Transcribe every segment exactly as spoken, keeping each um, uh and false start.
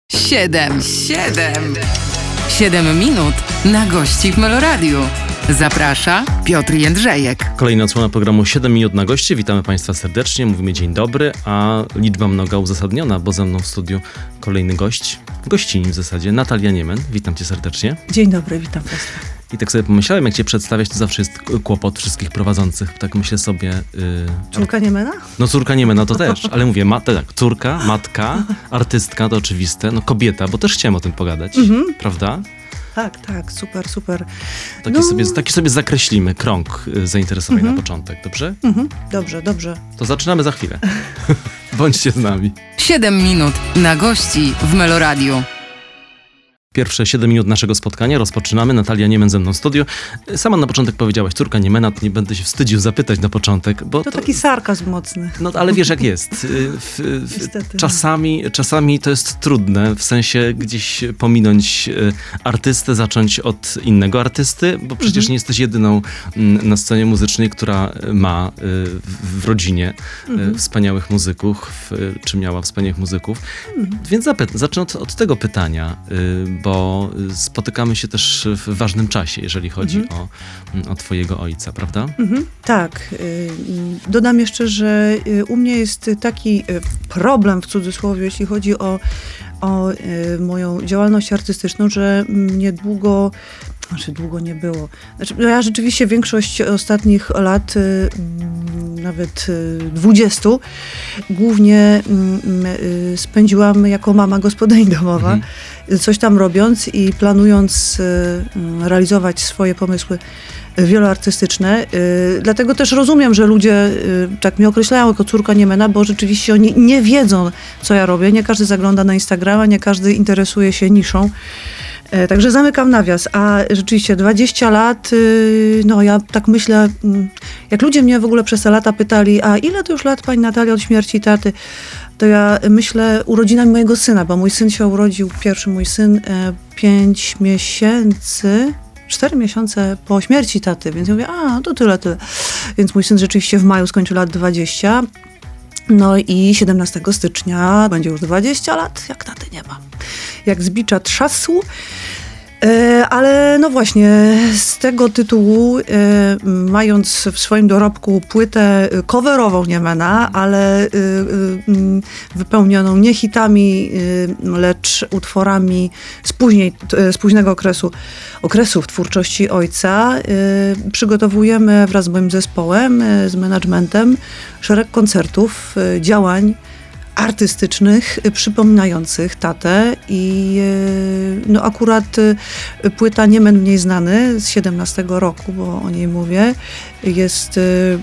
Siedem, siedem. Siedem minut na gości w Meloradiu. Zaprasza Piotr Jędrzejek. Kolejna odsłona programu siedem minut na gości. Witamy Państwa serdecznie, mówimy dzień dobry, a liczba mnoga uzasadniona, bo ze mną w studiu kolejny gość, gościni w zasadzie, Natalia Niemen. Witam Cię serdecznie. Dzień dobry, witam Państwa. I tak sobie pomyślałem, jak Cię przedstawiać, to zawsze jest kłopot wszystkich prowadzących. Tak myślę sobie... Yy, córka Niemena? No córka Niemena to też, ale mówię, ma, tak, córka, matka, artystka to oczywiste, no kobieta, bo też chciałem o tym pogadać, mhm. prawda? Tak, tak, super, super. Taki, no. sobie, taki sobie zakreślimy krąg zainteresowań mhm. na początek, dobrze? Mhm. Dobrze, dobrze. To zaczynamy za chwilę. Bądźcie z nami. Siedem minut na gości w Meloradiu. Pierwsze siedem minut naszego spotkania rozpoczynamy. Natalia Niemen ze mną w studiu. Sama na początek powiedziałaś, córka Niemena, to nie będę się wstydził zapytać na początek. Bo to, to taki sarkazm mocny. No ale wiesz jak jest. W, w, czasami, czasami to jest trudne, w sensie gdzieś pominąć artystę, zacząć od innego artysty, bo przecież mhm. nie jesteś jedyną na scenie muzycznej, która ma w, w rodzinie mhm. wspaniałych muzyków, czy miała wspaniałych muzyków. Mhm. Więc zapy- zacznę od, od tego pytania, bo spotykamy się też w ważnym czasie, jeżeli chodzi mhm. o, o twojego ojca, prawda? Mhm. Tak. Dodam jeszcze, że u mnie jest taki problem, w cudzysłowie, jeśli chodzi o, o moją działalność artystyczną, że niedługo, znaczy długo nie było. Znaczy, ja rzeczywiście większość ostatnich lat, nawet dwudziestu, głównie spędziłam jako mama gospodyni domowa, mhm. coś tam robiąc i planując realizować swoje pomysły wieloartystyczne. Dlatego też rozumiem, że ludzie tak mnie określają jako córka Niemena, bo rzeczywiście oni nie wiedzą, co ja robię. Nie każdy zagląda na Instagrama, nie każdy interesuje się niszą. Także zamykam nawias, a rzeczywiście dwadzieścia lat, no ja tak myślę, jak ludzie mnie w ogóle przez te lata pytali, a ile to już lat pani Natalia od śmierci taty, to ja myślę urodzinami mojego syna, bo mój syn się urodził, pierwszy mój syn, pięć miesięcy, cztery miesiące po śmierci taty, więc ja mówię, a to tyle, tyle. Więc mój syn rzeczywiście w maju skończył lat dwadzieścia. No i siedemnastego stycznia będzie już dwadzieścia lat, jak taty nie ma. Jak z bicza trzasł. E, ale no właśnie z tego tytułu, e, mając w swoim dorobku płytę coverową Niemena, ale e, e, wypełnioną nie hitami, e, lecz utworami z, później, e, z późnego okresu, okresu w twórczości ojca, e, przygotowujemy wraz z moim zespołem, e, z managementem szereg koncertów, e, działań artystycznych, przypominających tatę i no akurat płyta Niemen Mniej Znany z siedemnastego roku, bo o niej mówię, jest,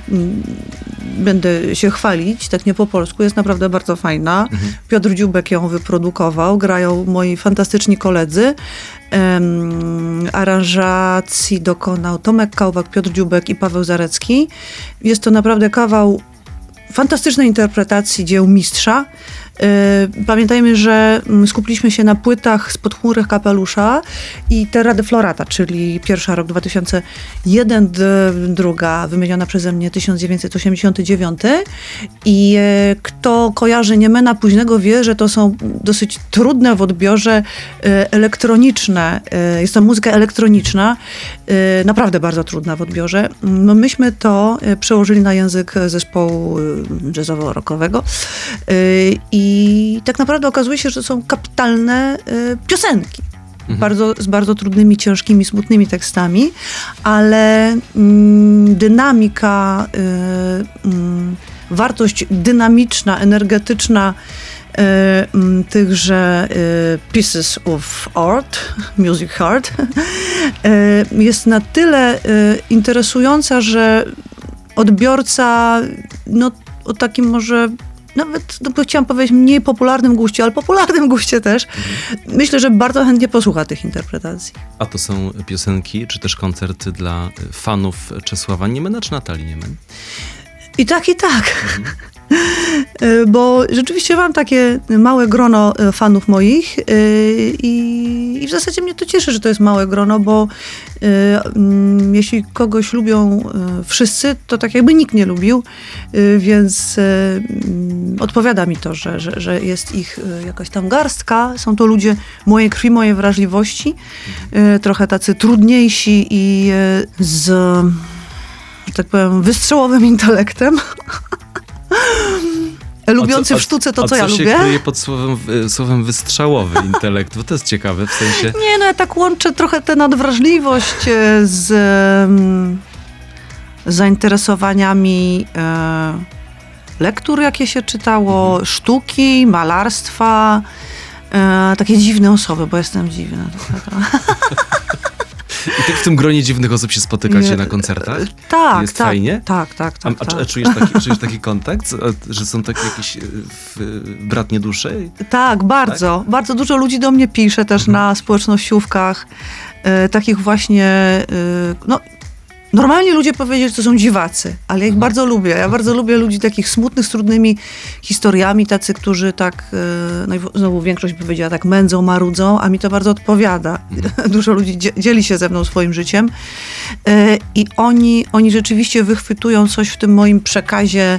będę się chwalić, tak nie po polsku, jest naprawdę bardzo fajna. Mhm. Piotr Dziubek ją wyprodukował, grają moi fantastyczni koledzy. Um, aranżacji dokonał Tomek Kałbak, Piotr Dziubek i Paweł Zarecki. Jest to naprawdę kawał fantastycznej interpretacji dzieł mistrza. Pamiętajmy, że skupiliśmy się na płytach Spod chmurek kapelusza i Terra de Florata, czyli pierwsza rok dwa tysiące jeden, druga wymieniona przeze mnie tysiąc dziewięćset osiemdziesiąty dziewiąty. I kto kojarzy Niemena późnego wie, że to są dosyć trudne w odbiorze elektroniczne. Jest to muzyka elektroniczna, naprawdę bardzo trudna w odbiorze. No myśmy to przełożyli na język zespołu jazzowo-rockowego i I tak naprawdę okazuje się, że to są kapitalne y, piosenki. Mhm. Bardzo, z bardzo trudnymi, ciężkimi, smutnymi tekstami, ale y, dynamika, y, y, wartość dynamiczna, energetyczna y, y, tychże y, pieces of art, music art, y, jest na tyle y, interesująca, że odbiorca, no o takim może nawet, no, chciałam powiedzieć, mniej popularnym guście, ale popularnym guście też. Mhm. Myślę, że bardzo chętnie posłucha tych interpretacji. A to są piosenki, czy też koncerty dla fanów Czesława Niemena, czy Natalii Niemen? I tak, i tak. Bo rzeczywiście mam takie małe grono fanów moich i, i w zasadzie mnie to cieszy, że to jest małe grono, bo jeśli kogoś lubią wszyscy, to tak jakby nikt nie lubił, więc odpowiada mi to, że, że, że jest ich jakaś tam garstka. Są to ludzie mojej krwi, mojej wrażliwości, trochę tacy trudniejsi i z, że tak powiem, wystrzałowym intelektem. Lubiący co, w sztuce to, a co ja lubię. A co się kryje pod słowem, słowem wystrzałowy intelekt? Bo to jest ciekawe, w sensie... Nie, no ja tak łączę trochę tę nadwrażliwość z um, zainteresowaniami e, lektur, jakie się czytało, mhm. sztuki, malarstwa, e, takie dziwne osoby, bo jestem dziwna. I tak w tym gronie dziwnych osób się spotykacie na koncertach? Tak, jest tak, fajnie? Tak, tak, tak. A, a, tak. a czujesz, taki, czujesz taki kontakt, że są takie jakieś w, bratnie dusze? Tak, bardzo. Tak? Bardzo dużo ludzi do mnie pisze też mhm. na społecznościówkach, e, takich właśnie, e, no normalnie ludzie powiedzieli, że to są dziwacy, ale ja ich bardzo lubię. Ja bardzo lubię ludzi takich smutnych, z trudnymi historiami, tacy, którzy tak, no i znowu większość by powiedziała, tak mędzą, marudzą, a mi to bardzo odpowiada. Dużo ludzi dzieli się ze mną swoim życiem i oni, oni rzeczywiście wychwytują coś w tym moim przekazie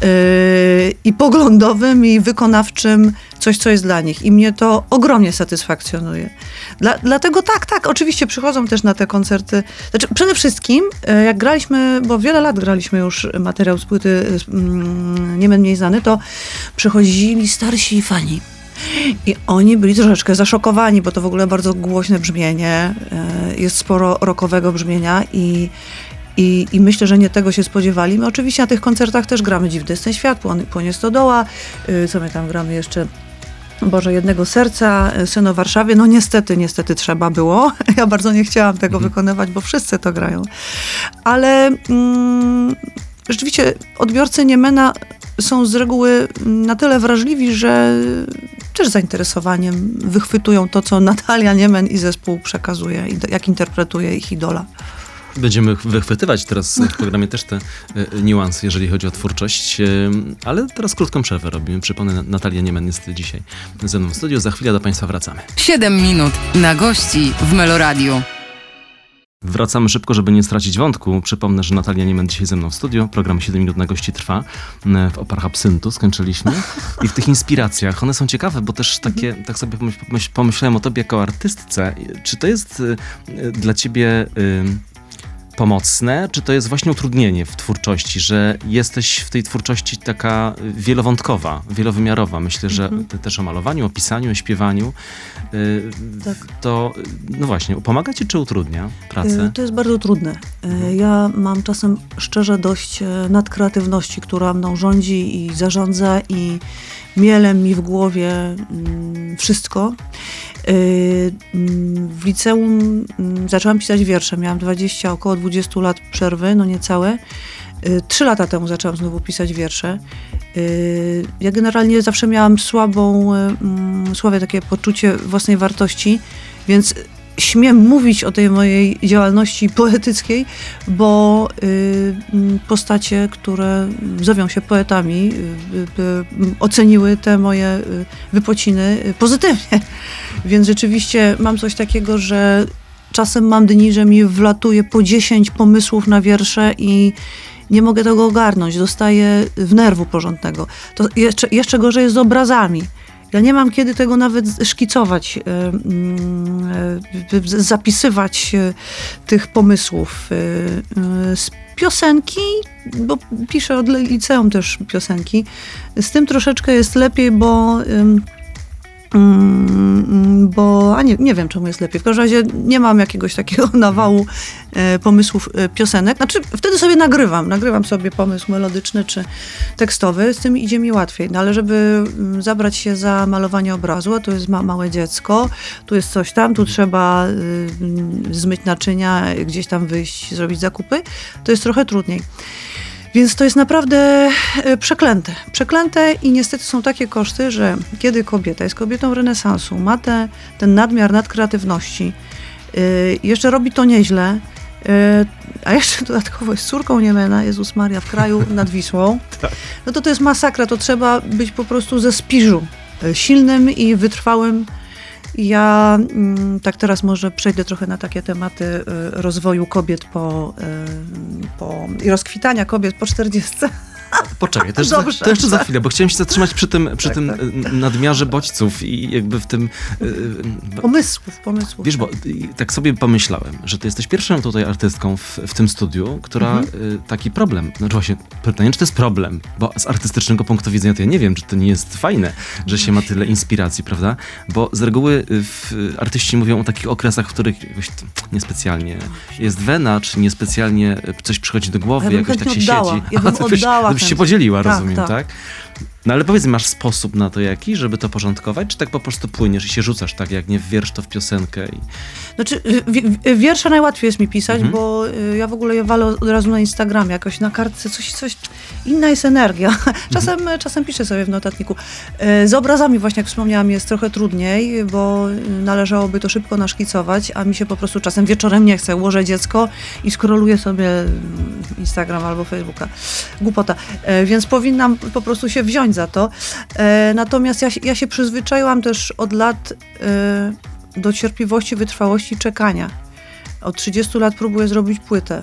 i poglądowym, i wykonawczym, coś, co jest dla nich. I mnie to ogromnie satysfakcjonuje. Dla, dlatego tak, tak, oczywiście przychodzą też na te koncerty. Znaczy, przede wszystkim, jak graliśmy, bo wiele lat graliśmy już materiał z płyty um, Nie Meń Mniej Znany, to przychodzili starsi fani. I oni byli troszeczkę zaszokowani, bo to w ogóle bardzo głośne brzmienie, jest sporo rockowego brzmienia i I, I myślę, że nie tego się spodziewali. My oczywiście na tych koncertach też gramy Dziwny jest ten świat, Płonie stodoła, yy, co my tam gramy jeszcze? Boże, Jednego serca, Syn o Warszawie. No niestety, niestety trzeba było. Ja bardzo nie chciałam tego mhm. wykonywać, bo wszyscy to grają. Ale mm, rzeczywiście odbiorcy Niemena są z reguły na tyle wrażliwi, że też zainteresowaniem wychwytują to, co Natalia Niemen i zespół przekazuje, i jak interpretuje ich idola. Będziemy wychwytywać teraz w programie też te y, niuanse, jeżeli chodzi o twórczość, y, ale teraz krótką przerwę robimy. Przypomnę, Natalia Niemen jest dzisiaj ze mną w studiu. Za chwilę do Państwa wracamy. siedem minut na gości w Meloradiu. Wracamy szybko, żeby nie stracić wątku. Przypomnę, że Natalia Niemen dzisiaj ze mną w studiu. Program siedem minut na gości trwa. W oparach absyntu skończyliśmy. I w tych inspiracjach, one są ciekawe, bo też takie, tak sobie pomyśl, pomyślałem o tobie jako artystce. Czy to jest y, dla ciebie... Y, pomocne, czy to jest właśnie utrudnienie w twórczości, że jesteś w tej twórczości taka wielowątkowa, wielowymiarowa. Myślę, że mm-hmm. ty też o malowaniu, o pisaniu, o śpiewaniu. Yy, tak. To, no właśnie, pomaga ci czy utrudnia pracę? To jest bardzo trudne. Mm-hmm. Ja mam czasem szczerze dość nadkreatywności, która mną rządzi i zarządza i miele mi w głowie mm, wszystko. W liceum zaczęłam pisać wiersze. Miałam dwadzieścia, około dwadzieścia lat przerwy, no niecałe. Trzy lata temu zaczęłam znowu pisać wiersze. Ja generalnie zawsze miałam słabą, słabe takie poczucie własnej wartości, więc śmiem mówić o tej mojej działalności poetyckiej, bo postacie, które zowią się poetami, oceniły te moje wypociny pozytywnie. Więc rzeczywiście mam coś takiego, że czasem mam dni, że mi wlatuje po dziesięć pomysłów na wiersze i nie mogę tego ogarnąć. Dostaję wnerwu porządnego. To jeszcze, jeszcze gorzej jest z obrazami. Ja nie mam kiedy tego nawet szkicować, zapisywać tych pomysłów. Z piosenki, bo piszę od liceum też piosenki, z tym troszeczkę jest lepiej, bo... bo, a nie, nie wiem, czemu jest lepiej. W każdym razie nie mam jakiegoś takiego nawału e, pomysłów e, piosenek. Znaczy, wtedy sobie nagrywam. Nagrywam sobie pomysł melodyczny czy tekstowy. Z tym idzie mi łatwiej. No ale żeby m, zabrać się za malowanie obrazu, a tu jest ma, małe dziecko, tu jest coś tam, tu trzeba y, zmyć naczynia, gdzieś tam wyjść, zrobić zakupy, to jest trochę trudniej. Więc to jest naprawdę przeklęte. Przeklęte i niestety są takie koszty, że kiedy kobieta jest kobietą renesansu, ma te, ten nadmiar nadkreatywności, yy, jeszcze robi to nieźle, yy, a jeszcze dodatkowo jest córką Niemena, Jezus Maria, w kraju nad Wisłą, Tak. no to to jest masakra, to trzeba być po prostu ze Spiżu, silnym i wytrwałym. Ja mm, tak teraz może przejdę trochę na takie tematy y, rozwoju kobiet po, y, po i rozkwitania kobiet po czterdziestce. Poczekaj, to jeszcze, Dobrze. to jeszcze za chwilę, bo chciałem się zatrzymać przy tym, przy Tak, tym tak. y, nadmiarze bodźców i jakby w tym... y, y, Pomysłów, pomysłów. Wiesz, bo y, tak sobie pomyślałem, że ty jesteś pierwszą tutaj artystką w, w tym studiu, która Mhm. y, taki problem, znaczy właśnie pytanie, czy to jest problem, bo z artystycznego punktu widzenia to ja nie wiem, czy to nie jest fajne, że się ma tyle inspiracji, prawda? Bo z reguły y, w, artyści mówią o takich okresach, w których jakoś t- niespecjalnie jest wena, czy niespecjalnie y, coś przychodzi do głowy, Ja bym jakoś tak chętnie się oddała. siedzi. Ja bym A, to byś- oddała to byś się chętnie. podzieliła, Tak, rozumiem, tak. tak? No ale powiedz, masz sposób na to jaki, żeby to porządkować, czy tak po prostu płyniesz i się rzucasz tak, jak nie w wiersz, to w piosenkę? I... Znaczy, wi- wi- wiersze najłatwiej jest mi pisać, Mhm. bo y, ja w ogóle je walę od razu na Instagramie, jakoś na kartce, coś, coś, inna jest energia. Czasem, Mhm. czasem piszę sobie w notatniku. Y, Z obrazami właśnie, jak wspomniałam, jest trochę trudniej, bo y, należałoby to szybko naszkicować, a mi się po prostu czasem wieczorem nie chce. Ułożę dziecko i skroluję sobie y, Instagram albo Facebooka. Głupota. Y, Więc powinnam po prostu się wziąć za to. Y, Natomiast ja, się- ja się przyzwyczaiłam też od lat y, do cierpliwości, wytrwałości i czekania. Od trzydziestu lat próbuję zrobić płytę.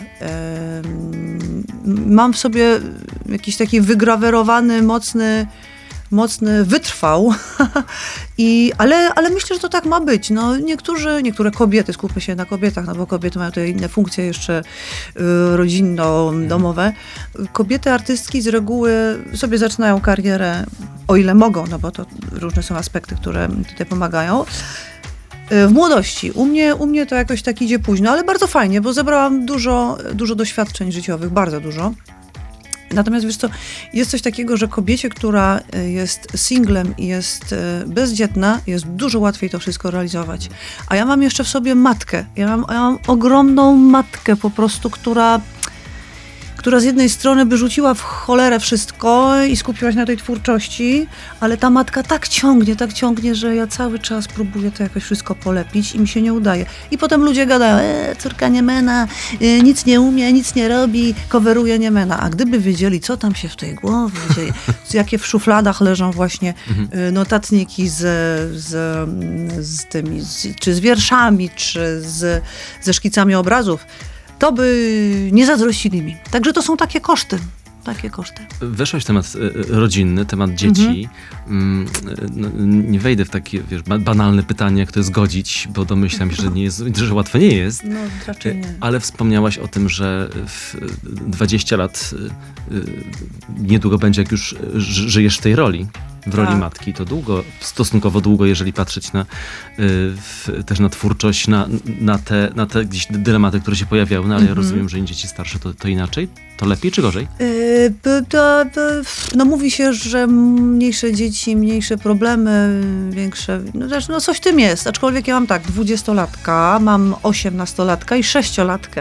Em, Mam w sobie jakiś taki wygrawerowany, mocny, mocny wytrwał, I, ale, ale myślę, że to tak ma być. No, niektórzy, niektóre kobiety, skupmy się na kobietach, no bo kobiety mają tutaj inne funkcje jeszcze y, rodzinno-domowe. Kobiety artystki z reguły sobie zaczynają karierę, o ile mogą, no bo to różne są aspekty, które tutaj pomagają. W młodości. U mnie, u mnie to jakoś tak idzie późno, ale bardzo fajnie, bo zebrałam dużo, dużo doświadczeń życiowych, bardzo dużo. Natomiast wiesz co, jest coś takiego, że kobiecie, która jest singlem i jest bezdzietna, jest dużo łatwiej to wszystko realizować. A ja mam jeszcze w sobie matkę. Ja mam, ja mam ogromną matkę po prostu, która... która z jednej strony by rzuciła w cholerę wszystko i skupiła się na tej twórczości, ale ta matka tak ciągnie, tak ciągnie, że ja cały czas próbuję to jakoś wszystko polepić i mi się nie udaje. I potem ludzie gadają, e, córka Niemena, e, nic nie umie, nic nie robi, coveruje Niemena. A gdyby wiedzieli, co tam się w tej głowie dzieje, jakie w szufladach leżą właśnie e, notatniki z, z, z tymi, z, czy z wierszami, czy z, ze szkicami obrazów, to by nie zazdrościli mi. Także to są takie koszty. Takie koszty. Weszłaś w temat e, rodzinny, temat dzieci. Mm, no, nie wejdę w takie, wiesz, ba- banalne pytanie, jak to jest godzić, bo domyślam się, że, nie jest, że łatwo nie jest. No, raczej nie. Ale wspomniałaś o tym, że w dwadzieścia lat y, y, niedługo będzie, jak już ży- żyjesz w tej roli, w roli Tak. matki. To długo, stosunkowo długo, jeżeli patrzeć na, y, w, też na twórczość, na, na, te, na te gdzieś dylematy, które się pojawiały, no ale ja Mhm. rozumiem, że im dzieci starsze to, to inaczej. To lepiej czy gorzej? Yy, p- to, to, no mówi się, że mniejsze dzieci, mniejsze problemy, większe, no, też, no coś w tym jest. Aczkolwiek ja mam tak, dwudziestolatka, mam osiemnastolatka i sześciolatkę.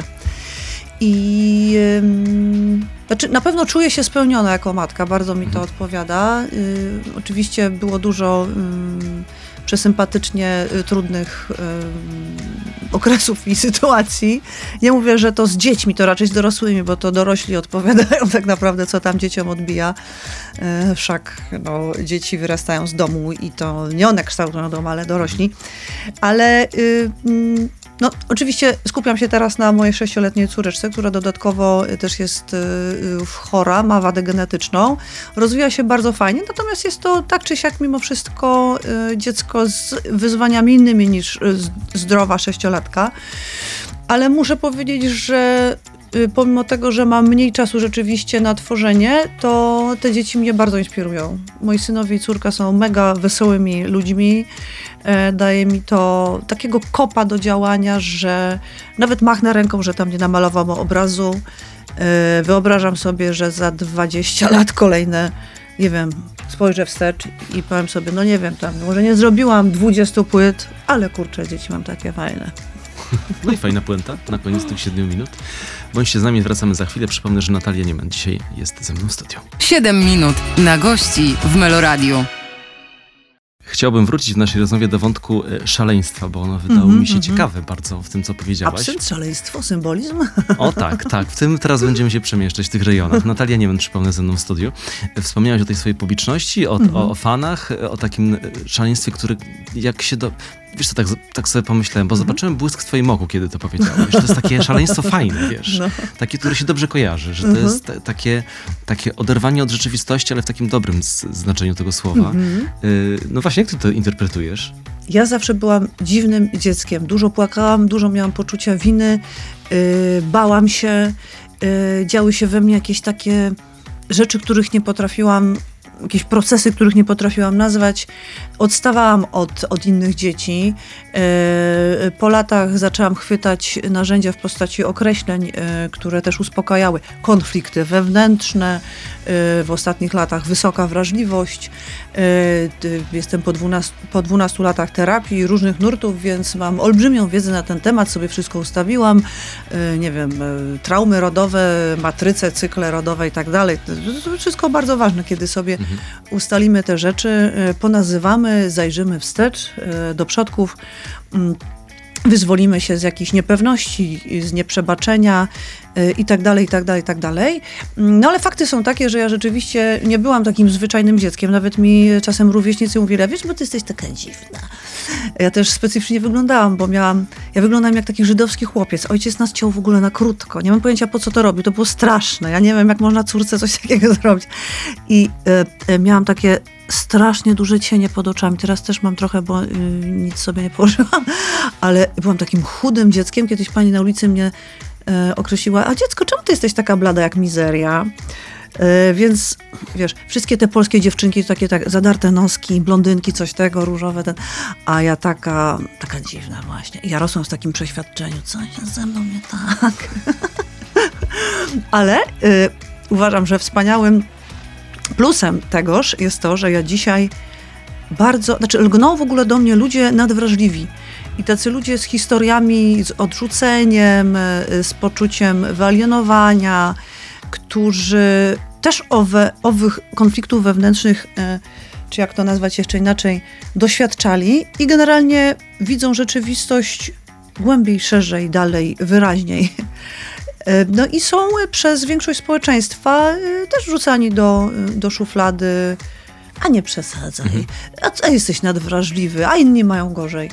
I ym, znaczy na pewno czuję się spełniona jako matka, bardzo mi to odpowiada. Y, oczywiście było dużo ym, przesympatycznie y, trudnych ym, okresów i sytuacji. Nie mówię, że to z dziećmi, to raczej z dorosłymi, bo to dorośli odpowiadają tak naprawdę, co tam dzieciom odbija. Y, wszak no, dzieci wyrastają z domu i to nie one kształtują dom, ale dorośli. Ale y, mm, no, oczywiście skupiam się teraz na mojej sześcioletniej córeczce, która dodatkowo też jest y, chora, ma wadę genetyczną. Rozwija się bardzo fajnie, natomiast jest to tak czy siak mimo wszystko y, dziecko z wyzwaniami innymi niż y, zdrowa sześciolatka. Ale muszę powiedzieć, że y, pomimo tego, że mam mniej czasu rzeczywiście na tworzenie, to te dzieci mnie bardzo inspirują. Moi synowie i córka są mega wesołymi ludźmi. E, daje mi to takiego kopa do działania, że nawet machnę ręką, że tam nie namalowałam obrazu. E, wyobrażam sobie, że za dwadzieścia lat kolejne, nie wiem, spojrzę wstecz i powiem sobie, no nie wiem, tam może nie zrobiłam dwudziestu płyt, ale kurczę, dzieci mam takie fajne. No i fajna puenta na koniec tych siedmiu minut. Bądźcie z nami, wracamy za chwilę. Przypomnę, że Natalia Nieman dzisiaj jest ze mną w studiu. siedem minut na gości w Meloradiu. Chciałbym wrócić w naszej rozmowie do wątku szaleństwa, bo ono wydało mm-hmm, mi się mm-hmm. ciekawe bardzo w tym, co powiedziałaś. Absynt, szaleństwo, symbolizm? O tak, tak. W tym teraz będziemy się przemieszczać, w tych rejonach. Natalia Niemen, przypomnę, ze mną w studiu. Wspomniałaś o tej swojej publiczności, o, mm-hmm. o, o fanach, o takim szaleństwie, który jak się do... Wiesz co, tak, tak sobie pomyślałem, bo mm-hmm. zobaczyłem błysk w twoim oku, kiedy to powiedziałeś. To jest takie szaleństwo fajne, wiesz. No. Takie, które się dobrze kojarzy, że to mm-hmm. jest t- takie, takie oderwanie od rzeczywistości, ale w takim dobrym z- znaczeniu tego słowa. Mm-hmm. Y- no właśnie, jak ty to interpretujesz? Ja zawsze byłam dziwnym dzieckiem. Dużo płakałam, dużo miałam poczucia winy, yy, bałam się, yy, działy się we mnie jakieś takie rzeczy, których nie potrafiłam, jakieś procesy, których nie potrafiłam nazwać. Odstawałam od, od innych dzieci. Yy, po latach zaczęłam chwytać narzędzia w postaci określeń, yy, które też uspokajały. Konflikty wewnętrzne, yy, w ostatnich latach wysoka wrażliwość. Yy, jestem po dwunastu, po dwunastu latach terapii różnych nurtów, więc mam olbrzymią wiedzę na ten temat, sobie wszystko ustawiłam. Yy, nie wiem, yy, traumy rodowe, matryce, cykle rodowe i tak dalej. To wszystko bardzo ważne, kiedy sobie mhm. ustalimy te rzeczy, yy, ponazywamy, zajrzymy wstecz do przodków, wyzwolimy się z jakichś niepewności, z nieprzebaczenia i tak dalej, i tak dalej, i tak dalej. No ale fakty są takie, że ja rzeczywiście nie byłam takim zwyczajnym dzieckiem. Nawet mi czasem rówieśnicy mówili, wiesz, bo ty jesteś taka dziwna. Ja też specyficznie wyglądałam, bo miałam, ja wyglądałam jak taki żydowski chłopiec. Ojciec nas ciął w ogóle na krótko. Nie mam pojęcia, po co to robił. To było straszne. Ja nie wiem, jak można córce coś takiego zrobić. I y, y, miałam takie strasznie duże cienie pod oczami. Teraz też mam trochę, bo y, nic sobie nie położyłam. Ale byłam takim chudym dzieckiem. Kiedyś pani na ulicy mnie y, określiła, a dziecko, czemu ty jesteś taka blada jak mizeria? Yy, więc wiesz, wszystkie te polskie dziewczynki takie tak zadarte noski, blondynki, coś tego, różowe, ten, a ja taka, taka dziwna właśnie. I ja rosłam w takim przeświadczeniu, coś jest ze mną nie tak. Ale yy, uważam, że wspaniałym plusem tegoż jest to, że ja dzisiaj bardzo, znaczy lgną w ogóle do mnie ludzie nadwrażliwi. I tacy ludzie z historiami, z odrzuceniem, z poczuciem wyalienowania, którzy też owe, owych konfliktów wewnętrznych, czy jak to nazwać jeszcze inaczej, doświadczali i generalnie widzą rzeczywistość głębiej, szerzej, dalej, wyraźniej. No i są przez większość społeczeństwa też wrzucani do, do szuflady, a nie przesadzaj, mhm. a, a jesteś nadwrażliwy, a inni mają gorzej.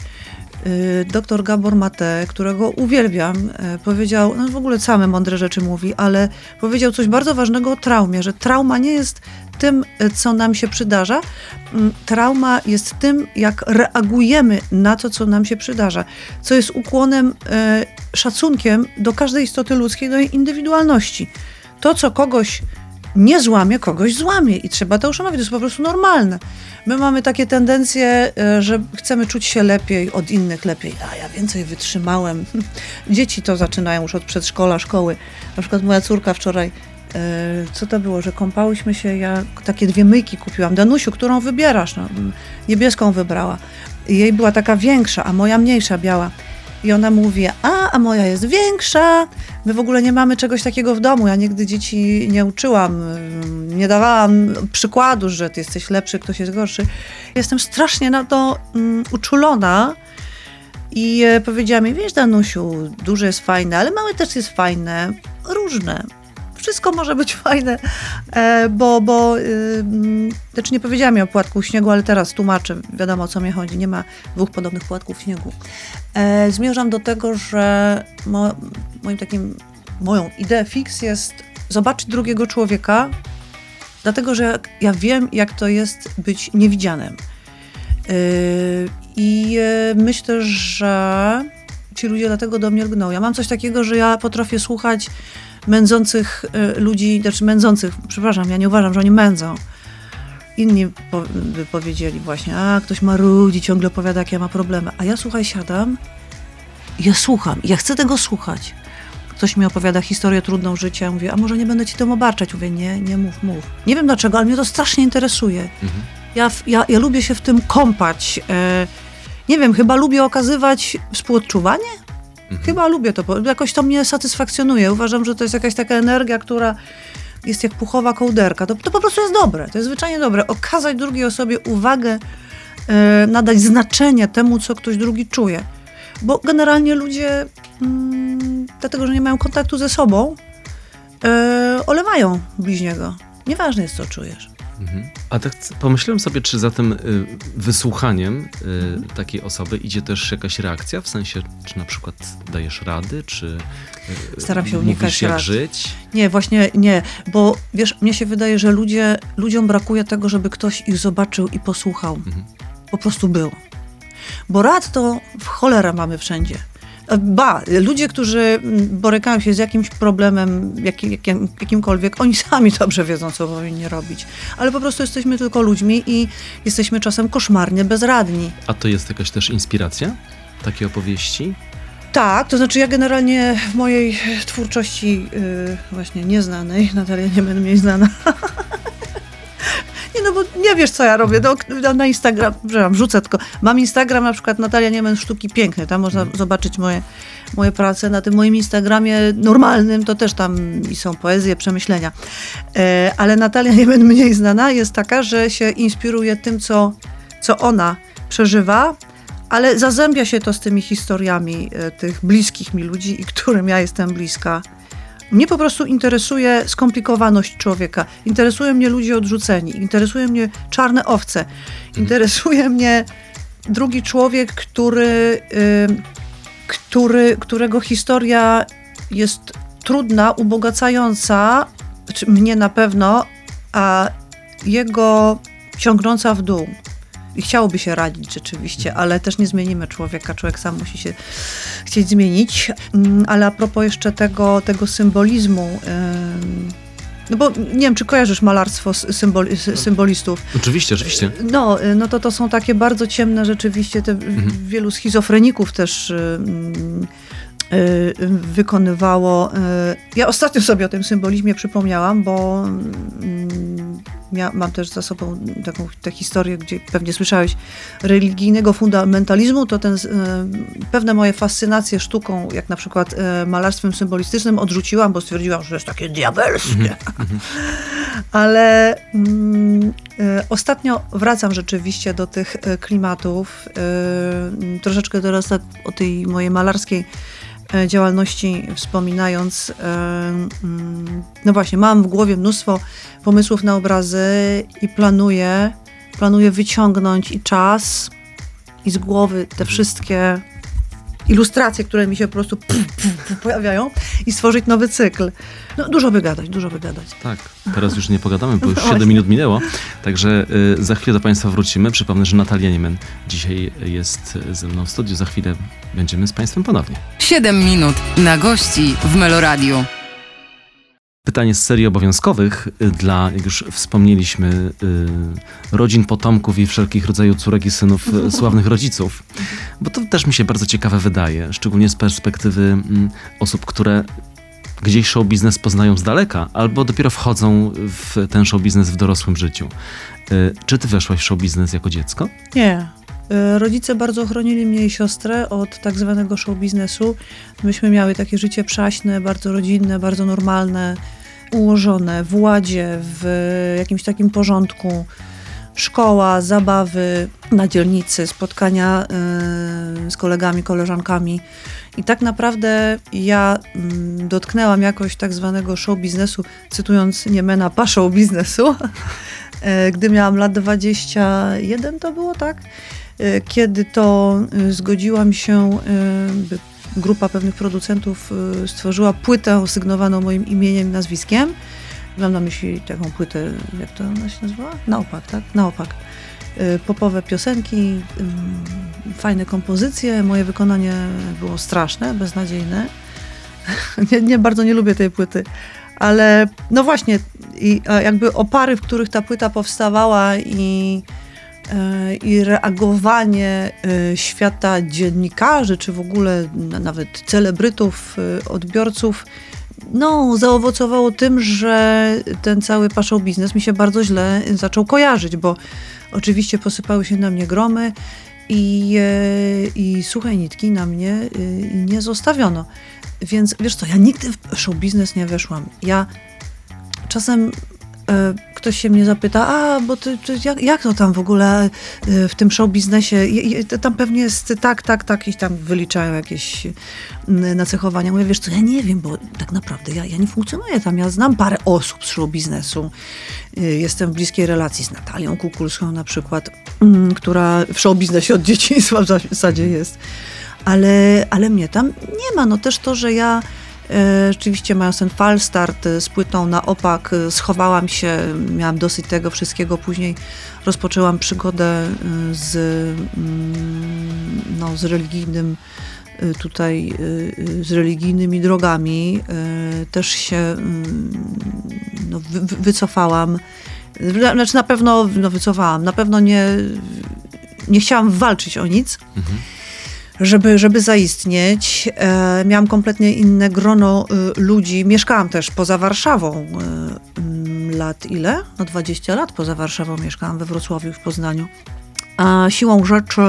Doktor Gabor Mate, którego uwielbiam, powiedział, no w ogóle same mądre rzeczy mówi, ale powiedział coś bardzo ważnego o traumie, że trauma nie jest tym, co nam się przydarza. Trauma jest tym, jak reagujemy na to, co nam się przydarza, co jest ukłonem, szacunkiem do każdej istoty ludzkiej, do jej indywidualności. To, co kogoś nie złamie, kogoś złamie i trzeba to uszanować, to jest po prostu normalne. My mamy takie tendencje, że chcemy czuć się lepiej, od innych lepiej. A ja więcej wytrzymałem. Dzieci to zaczynają już od przedszkola, szkoły. Na przykład moja córka wczoraj, co to było, że kąpałyśmy się, ja takie dwie myjki kupiłam. Danusiu, którą wybierasz? No, niebieską wybrała. I jej była taka większa, a moja mniejsza, biała. I ona mówi, a, a moja jest większa. My w ogóle nie mamy czegoś takiego w domu. Ja nigdy dzieci nie uczyłam, nie dawałam przykładu, że ty jesteś lepszy, ktoś jest gorszy. Jestem strasznie na to um, uczulona i e, powiedziała mi, wiesz Danusiu, duże jest fajne, ale małe też jest fajne, różne. Wszystko może być fajne, e, bo, bo y, znaczy nie powiedziałam mi o płatku śniegu, ale teraz tłumaczę, wiadomo o co mi chodzi, nie ma dwóch podobnych płatków śniegu. E, zmierzam do tego, że mo, moim takim, moją ideą fix jest zobaczyć drugiego człowieka, dlatego że ja wiem, jak to jest być niewidzianym. E, I e, myślę, że ci ludzie dlatego do mnie lgną. Ja mam coś takiego, że ja potrafię słuchać mędzących ludzi, znaczy mędzących, przepraszam, ja nie uważam, że oni mędzą. Inni po, by powiedzieli właśnie, a ktoś marudzi, ciągle opowiada, jakie ma problemy. A ja słuchaj, siadam i ja słucham. I ja chcę tego słuchać. Ktoś mi opowiada historię trudną życia, ja mówię, a może nie będę ci tym obarczać? Mówię, nie, nie mów, mów. Nie wiem dlaczego, ale mnie to strasznie interesuje. Mhm. Ja, ja, ja lubię się w tym kąpać. E, nie wiem, chyba lubię okazywać współodczuwanie? Mhm. Chyba lubię to, bo jakoś to mnie satysfakcjonuje. Uważam, że to jest jakaś taka energia, która jest jak puchowa kołderka. To, to po prostu jest dobre, to jest zwyczajnie dobre. Okazać drugiej osobie uwagę, e, nadać znaczenie temu, co ktoś drugi czuje. Bo generalnie ludzie, mm, dlatego że nie mają kontaktu ze sobą, e, olewają bliźniego. Nieważne jest, co czujesz. Mhm. A tak pomyślałem sobie, czy za tym y, wysłuchaniem y, mhm. takiej osoby idzie też jakaś reakcja? W sensie, czy na przykład dajesz rady, czy y, Staram się unikać mówisz, jak rad. żyć? Nie, właśnie nie, bo wiesz, mnie się wydaje, że ludzie, ludziom brakuje tego, żeby ktoś ich zobaczył i posłuchał. Mhm. Po prostu był. Bo rad to w cholerę mamy wszędzie. Ba, ludzie, którzy borykają się z jakimś problemem, jakim, jakim, jakimkolwiek, oni sami dobrze wiedzą, co powinni robić. Ale po prostu jesteśmy tylko ludźmi i jesteśmy czasem koszmarnie bezradni. A to jest jakaś też inspiracja takiej opowieści? Tak, to znaczy ja generalnie w mojej twórczości yy, właśnie nieznanej, Natalia Niemen mniej znana, nie, no bo nie wiesz, co ja robię. No, na Instagram, przepraszam, rzucę tylko. Mam Instagram, na przykład Natalia Niemen Sztuki Piękne. Tam można hmm. zobaczyć moje, moje prace. Na tym moim Instagramie normalnym to też tam i są poezje, przemyślenia. E, ale Natalia Niemen mniej znana jest taka, że się inspiruje tym, co, co ona przeżywa, ale zazębia się to z tymi historiami e, tych bliskich mi ludzi i którym ja jestem bliska. Mnie po prostu interesuje skomplikowaność człowieka. Interesują mnie ludzie odrzuceni. Interesują mnie czarne owce. Interesuje mnie drugi człowiek, który, y, który, którego historia jest trudna, ubogacająca, znaczy mnie na pewno, a jego ciągnąca w dół. I chciałoby się radzić rzeczywiście, ale też nie zmienimy człowieka. Człowiek sam musi się chcieć zmienić. Ale a propos jeszcze tego, tego symbolizmu, no bo nie wiem, czy kojarzysz malarstwo symboli, symbolistów. Oczywiście, oczywiście. No, no to to są takie bardzo ciemne rzeczywiście, te mhm. wielu schizofreników też wykonywało. Ja ostatnio sobie o tym symbolizmie przypomniałam, bo ja mam też za sobą taką tę historię, gdzie pewnie słyszałeś, religijnego fundamentalizmu, to ten, pewne moje fascynacje sztuką, jak na przykład malarstwem symbolistycznym, odrzuciłam, bo stwierdziłam, że jest takie diabelskie. Ale mm, ostatnio wracam rzeczywiście do tych klimatów. Troszeczkę teraz tak o tej mojej malarskiej działalności wspominając, no właśnie, mam w głowie mnóstwo pomysłów na obrazy i planuję, planuję wyciągnąć i czas, i z głowy te wszystkie ilustracje, które mi się po prostu puf, puf, puf, pojawiają i stworzyć nowy cykl. No, dużo by gadać, dużo by gadać. Tak, teraz już nie pogadamy, bo już no siedem minut minęło, także y, za chwilę do Państwa wrócimy. Przypomnę, że Natalia Niemen dzisiaj jest ze mną w studiu, za chwilę będziemy z Państwem ponownie. siedem minut na gości w Meloradiu. Pytanie z serii obowiązkowych dla, jak już wspomnieliśmy, y, rodzin, potomków i wszelkich rodzajów córek i synów y, sławnych rodziców. Bo to też mi się bardzo ciekawe wydaje, szczególnie z perspektywy y, osób, które gdzieś show biznes poznają z daleka, albo dopiero wchodzą w ten show biznes w dorosłym życiu. Y, czy ty weszłaś w show biznes jako dziecko? Nie. Rodzice bardzo chronili mnie i siostrę od tak zwanego show biznesu. Myśmy miały takie życie przaśne, bardzo rodzinne, bardzo normalne, ułożone w ładzie, w jakimś takim porządku. Szkoła, zabawy na dzielnicy, spotkania yy, z kolegami, koleżankami. I tak naprawdę ja yy, dotknęłam jakoś tak zwanego show biznesu, cytując Niemena, pa show biznesu, yy, gdy miałam lat dwadzieścia jeden, to było tak? Kiedy to zgodziłam się, by grupa pewnych producentów stworzyła płytę sygnowaną moim imieniem i nazwiskiem. Mam na myśli taką płytę, jak to ona się nazywała? Na opak, tak? Na opak. Popowe piosenki, fajne kompozycje. Moje wykonanie było straszne, beznadziejne. Nie, nie bardzo nie lubię tej płyty. Ale no właśnie, i jakby opary, w których ta płyta powstawała i i reagowanie świata dziennikarzy, czy w ogóle nawet celebrytów, odbiorców, no, zaowocowało tym, że ten cały show biznes mi się bardzo źle zaczął kojarzyć, bo oczywiście posypały się na mnie gromy i, i suche nitki na mnie nie zostawiono. Więc wiesz co, ja nigdy w show biznes nie weszłam. Ja czasem e, ktoś się mnie zapyta, a, bo ty, ty jak, jak to tam w ogóle e, w tym show biznesie, je, je, tam pewnie jest tak, tak, tak i tam wyliczają jakieś m, nacechowania. Mówię, wiesz co, ja nie wiem, bo tak naprawdę ja, ja nie funkcjonuję tam, ja znam parę osób z show biznesu. E, jestem w bliskiej relacji z Natalią Kukulską na przykład, m, która w show biznesie od dzieciństwa w zasadzie jest. Ale, ale mnie tam nie ma. No też to, że ja e, rzeczywiście mając ten falstart z płytą na opak, e, schowałam się, miałam dosyć tego wszystkiego. Później rozpoczęłam przygodę e, z, mm, no, z religijnym e, tutaj, e, z religijnymi drogami. E, też się mm, no, wy, wycofałam. Znaczy na pewno no, wycofałam. Na pewno nie, nie chciałam walczyć o nic. Mhm. Żeby, żeby zaistnieć. E, miałam kompletnie inne grono y, ludzi. Mieszkałam też poza Warszawą. Y, y, lat ile? No dwadzieścia lat poza Warszawą mieszkałam we Wrocławiu i w Poznaniu. A siłą rzeczy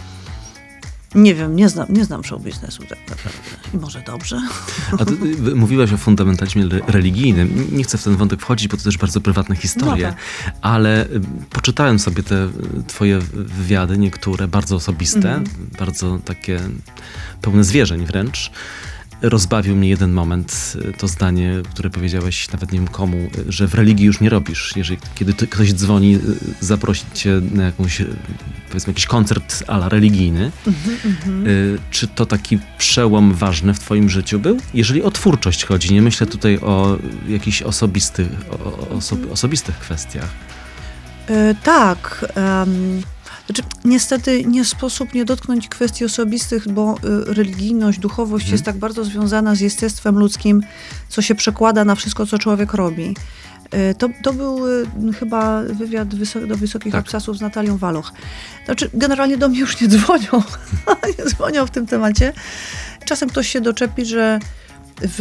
nie wiem, nie znam, nie znam show biznesu tak naprawdę. I może dobrze. A ty mówiłaś o fundamentalizmie religijnym. Nie chcę w ten wątek wchodzić, bo to też bardzo prywatne historie, no tak. Ale poczytałem sobie te twoje wywiady, niektóre bardzo osobiste, mm. bardzo takie pełne zwierzeń wręcz. Rozbawił mnie jeden moment, to zdanie, które powiedziałeś, nawet nie wiem komu, że w religii już nie robisz. Jeżeli, kiedy ty, ktoś dzwoni, zaprosić cię na jakąś, powiedzmy, jakiś koncert a la religijny, mm-hmm. czy to taki przełom ważny w twoim życiu był? Jeżeli o twórczość chodzi, nie myślę tutaj o jakichś osobistych, o, oso, osobistych kwestiach. Yy, tak. Um... Znaczy, niestety nie sposób nie dotknąć kwestii osobistych, bo y, religijność, duchowość hmm. jest tak bardzo związana z jestestwem ludzkim, co się przekłada na wszystko, co człowiek robi. Y, to, to był y, chyba wywiad wysok- do Wysokich tak. Obcasów z Natalią Waloch. Znaczy, generalnie do mnie już nie dzwonią. nie dzwonią w tym temacie. Czasem ktoś się doczepi, że w,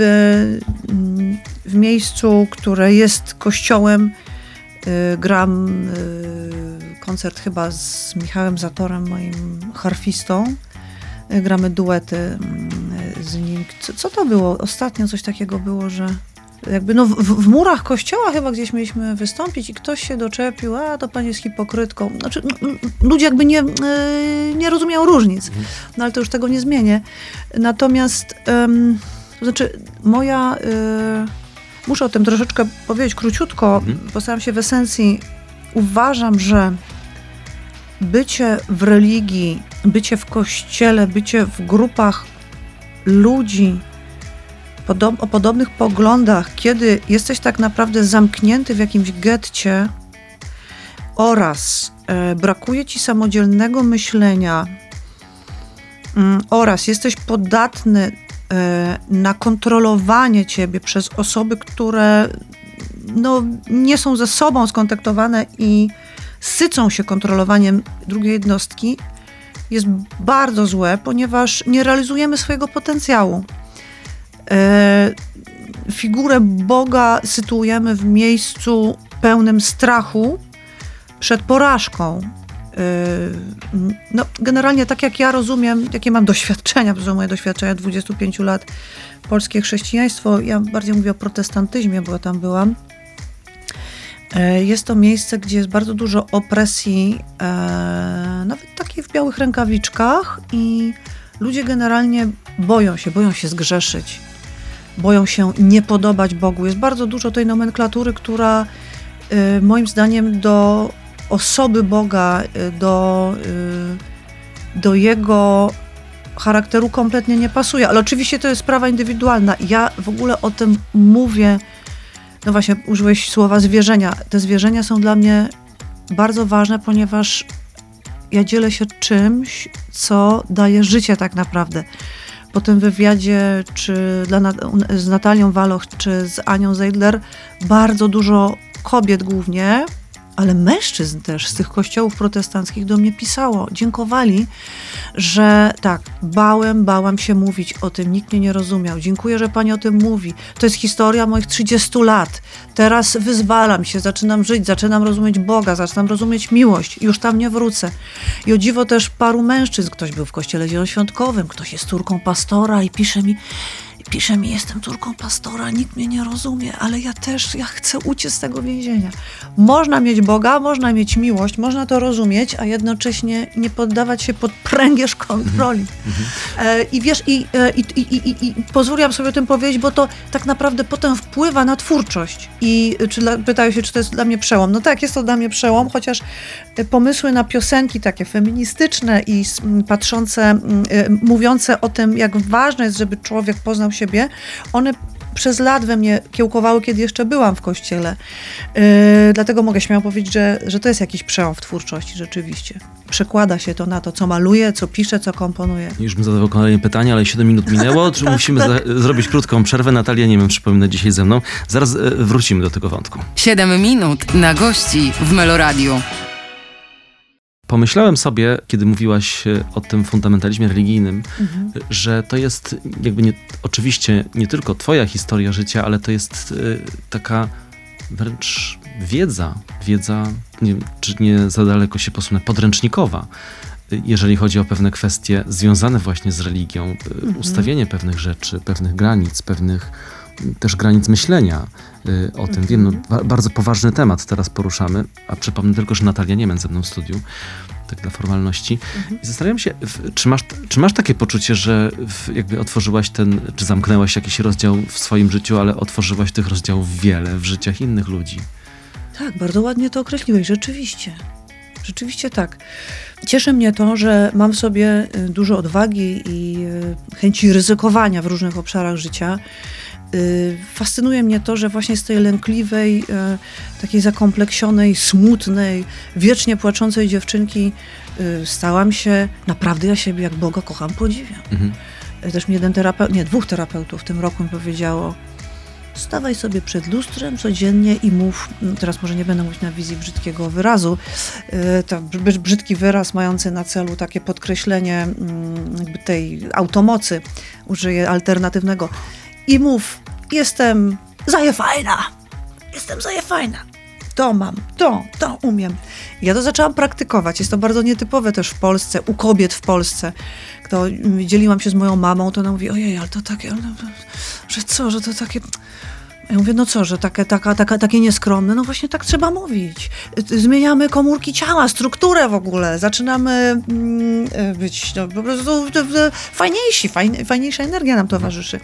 w miejscu, które jest kościołem, y, gram y, koncert chyba z Michałem Zatorem, moim harfistą. Gramy duety z nim. Co, co to było? Ostatnio coś takiego było, że jakby no w, w murach kościoła chyba gdzieś mieliśmy wystąpić i ktoś się doczepił, a to pani jest hipokrytką. Znaczy, no, ludzie jakby nie, nie rozumieją różnic, no ale to już tego nie zmienię. Natomiast um, to znaczy moja, y, muszę o tym troszeczkę powiedzieć króciutko, mhm. postaram się w esencji. Uważam, że bycie w religii, bycie w kościele, bycie w grupach ludzi podob- o podobnych poglądach, kiedy jesteś tak naprawdę zamknięty w jakimś getcie oraz e, brakuje ci samodzielnego myślenia mm, oraz jesteś podatny e, na kontrolowanie ciebie przez osoby, które no, nie są ze sobą skontaktowane i sycą się kontrolowaniem drugiej jednostki, jest bardzo złe, ponieważ nie realizujemy swojego potencjału. E, figurę Boga sytuujemy w miejscu pełnym strachu przed porażką. E, no, generalnie tak jak ja rozumiem, jakie mam doświadczenia, to są moje doświadczenia dwudziestu pięciu lat, polskie chrześcijaństwo, ja bardziej mówię o protestantyzmie, bo tam byłam. Jest to miejsce, gdzie jest bardzo dużo opresji, e, nawet takiej w białych rękawiczkach i ludzie generalnie boją się, boją się zgrzeszyć, boją się nie podobać Bogu. Jest bardzo dużo tej nomenklatury, która e, moim zdaniem do osoby Boga, e, do, e, do Jego charakteru kompletnie nie pasuje. Ale oczywiście to jest sprawa indywidualna. Ja w ogóle o tym mówię. No właśnie, użyłeś słowa zwierzenia. Te zwierzenia są dla mnie bardzo ważne, ponieważ ja dzielę się czymś, co daje życie tak naprawdę. Po tym wywiadzie czy dla, z Natalią Waloch, czy z Anią Zeidler, bardzo dużo kobiet głównie, ale mężczyzn też z tych kościołów protestanckich do mnie pisało. Dziękowali, że tak, bałem, bałam się mówić o tym, nikt mnie nie rozumiał. Dziękuję, że pani o tym mówi. To jest historia moich trzydziestu lat. Teraz wyzwalam się, zaczynam żyć, zaczynam rozumieć Boga, zaczynam rozumieć miłość. Już tam nie wrócę. I o dziwo też paru mężczyzn. Ktoś był w kościele zielonoświątkowym, ktoś jest córką pastora i pisze mi, pisze mi, jestem córką pastora, nikt mnie nie rozumie, ale ja też, ja chcę uciec z tego więzienia. Można mieć Boga, można mieć miłość, można to rozumieć, a jednocześnie nie poddawać się pod pręgierz kontroli. E, I wiesz, i, i, i, i, i pozwoliłam sobie o tym powiedzieć, bo to tak naprawdę potem wpływa na twórczość. I czy dla, pytają się, czy to jest dla mnie przełom. No tak, jest to dla mnie przełom, chociaż pomysły na piosenki takie feministyczne i patrzące, mówiące o tym, jak ważne jest, żeby człowiek poznał siebie, one przez lat we mnie kiełkowały, kiedy jeszcze byłam w kościele. Yy, dlatego mogę śmiało powiedzieć, że, że to jest jakiś przełom w twórczości rzeczywiście. Przekłada się to na to, co maluję, co piszę, co komponuję. Już bym zadawał kolejne pytanie, ale siedem minut minęło. Czy musimy tak. za- zrobić krótką przerwę? Natalia Niemen przypomina dzisiaj ze mną. Zaraz e, wrócimy do tego wątku. siedem minut na gości w Meloradiu. Pomyślałem sobie, kiedy mówiłaś o tym fundamentalizmie religijnym, Mhm. że to jest jakby nie, oczywiście nie tylko twoja historia życia, ale to jest y, taka wręcz wiedza, wiedza, nie, czy nie za daleko się posunę, podręcznikowa, y, jeżeli chodzi o pewne kwestie związane właśnie z religią, y, Mhm. ustawienie pewnych rzeczy, pewnych granic, pewnych y, też granic myślenia y, o tym. Wiem, no, ba- bardzo poważny temat teraz poruszamy, a przypomnę tylko, że Natalia Niemen ze mną w studiu, tak dla formalności. Mhm. I zastanawiam się, w, czy, masz, czy masz takie poczucie, że w, jakby otworzyłaś ten, czy zamknęłaś jakiś rozdział w swoim życiu, ale otworzyłaś tych rozdziałów wiele w życiach innych ludzi? Tak, bardzo ładnie to określiłeś, rzeczywiście. Rzeczywiście tak. Cieszy mnie to, że mam w sobie y, dużo odwagi i y, chęci ryzykowania w różnych obszarach życia. Y, Fascynuje mnie to, że właśnie z tej lękliwej, y, takiej zakompleksionej, smutnej, wiecznie płaczącej dziewczynki y, stałam się, naprawdę ja siebie jak Boga kocham, podziwiam. Mhm. Y, Też mi jeden terapeut, nie, dwóch terapeutów w tym roku mi powiedziało: stawaj sobie przed lustrem codziennie i mów, teraz może nie będę mówić na wizji brzydkiego wyrazu, yy, to br- brzydki wyraz mający na celu takie podkreślenie yy, jakby tej automocy, użyję alternatywnego, i mów: jestem zajefajna, jestem zajefajna. To mam, to, to umiem. Ja to zaczęłam praktykować. Jest to bardzo nietypowe też w Polsce, u kobiet w Polsce. Kto mm, dzieliłam się z moją mamą, to ona mówi: ojej, ale to takie, ale, że co, że to takie... Ja mówię: no co, że takie, taka, taka, takie nieskromne? No właśnie tak trzeba mówić. Zmieniamy komórki ciała, strukturę w ogóle. Zaczynamy mm, być no, po prostu fajniejsi, fajn, fajniejsza energia nam towarzyszy.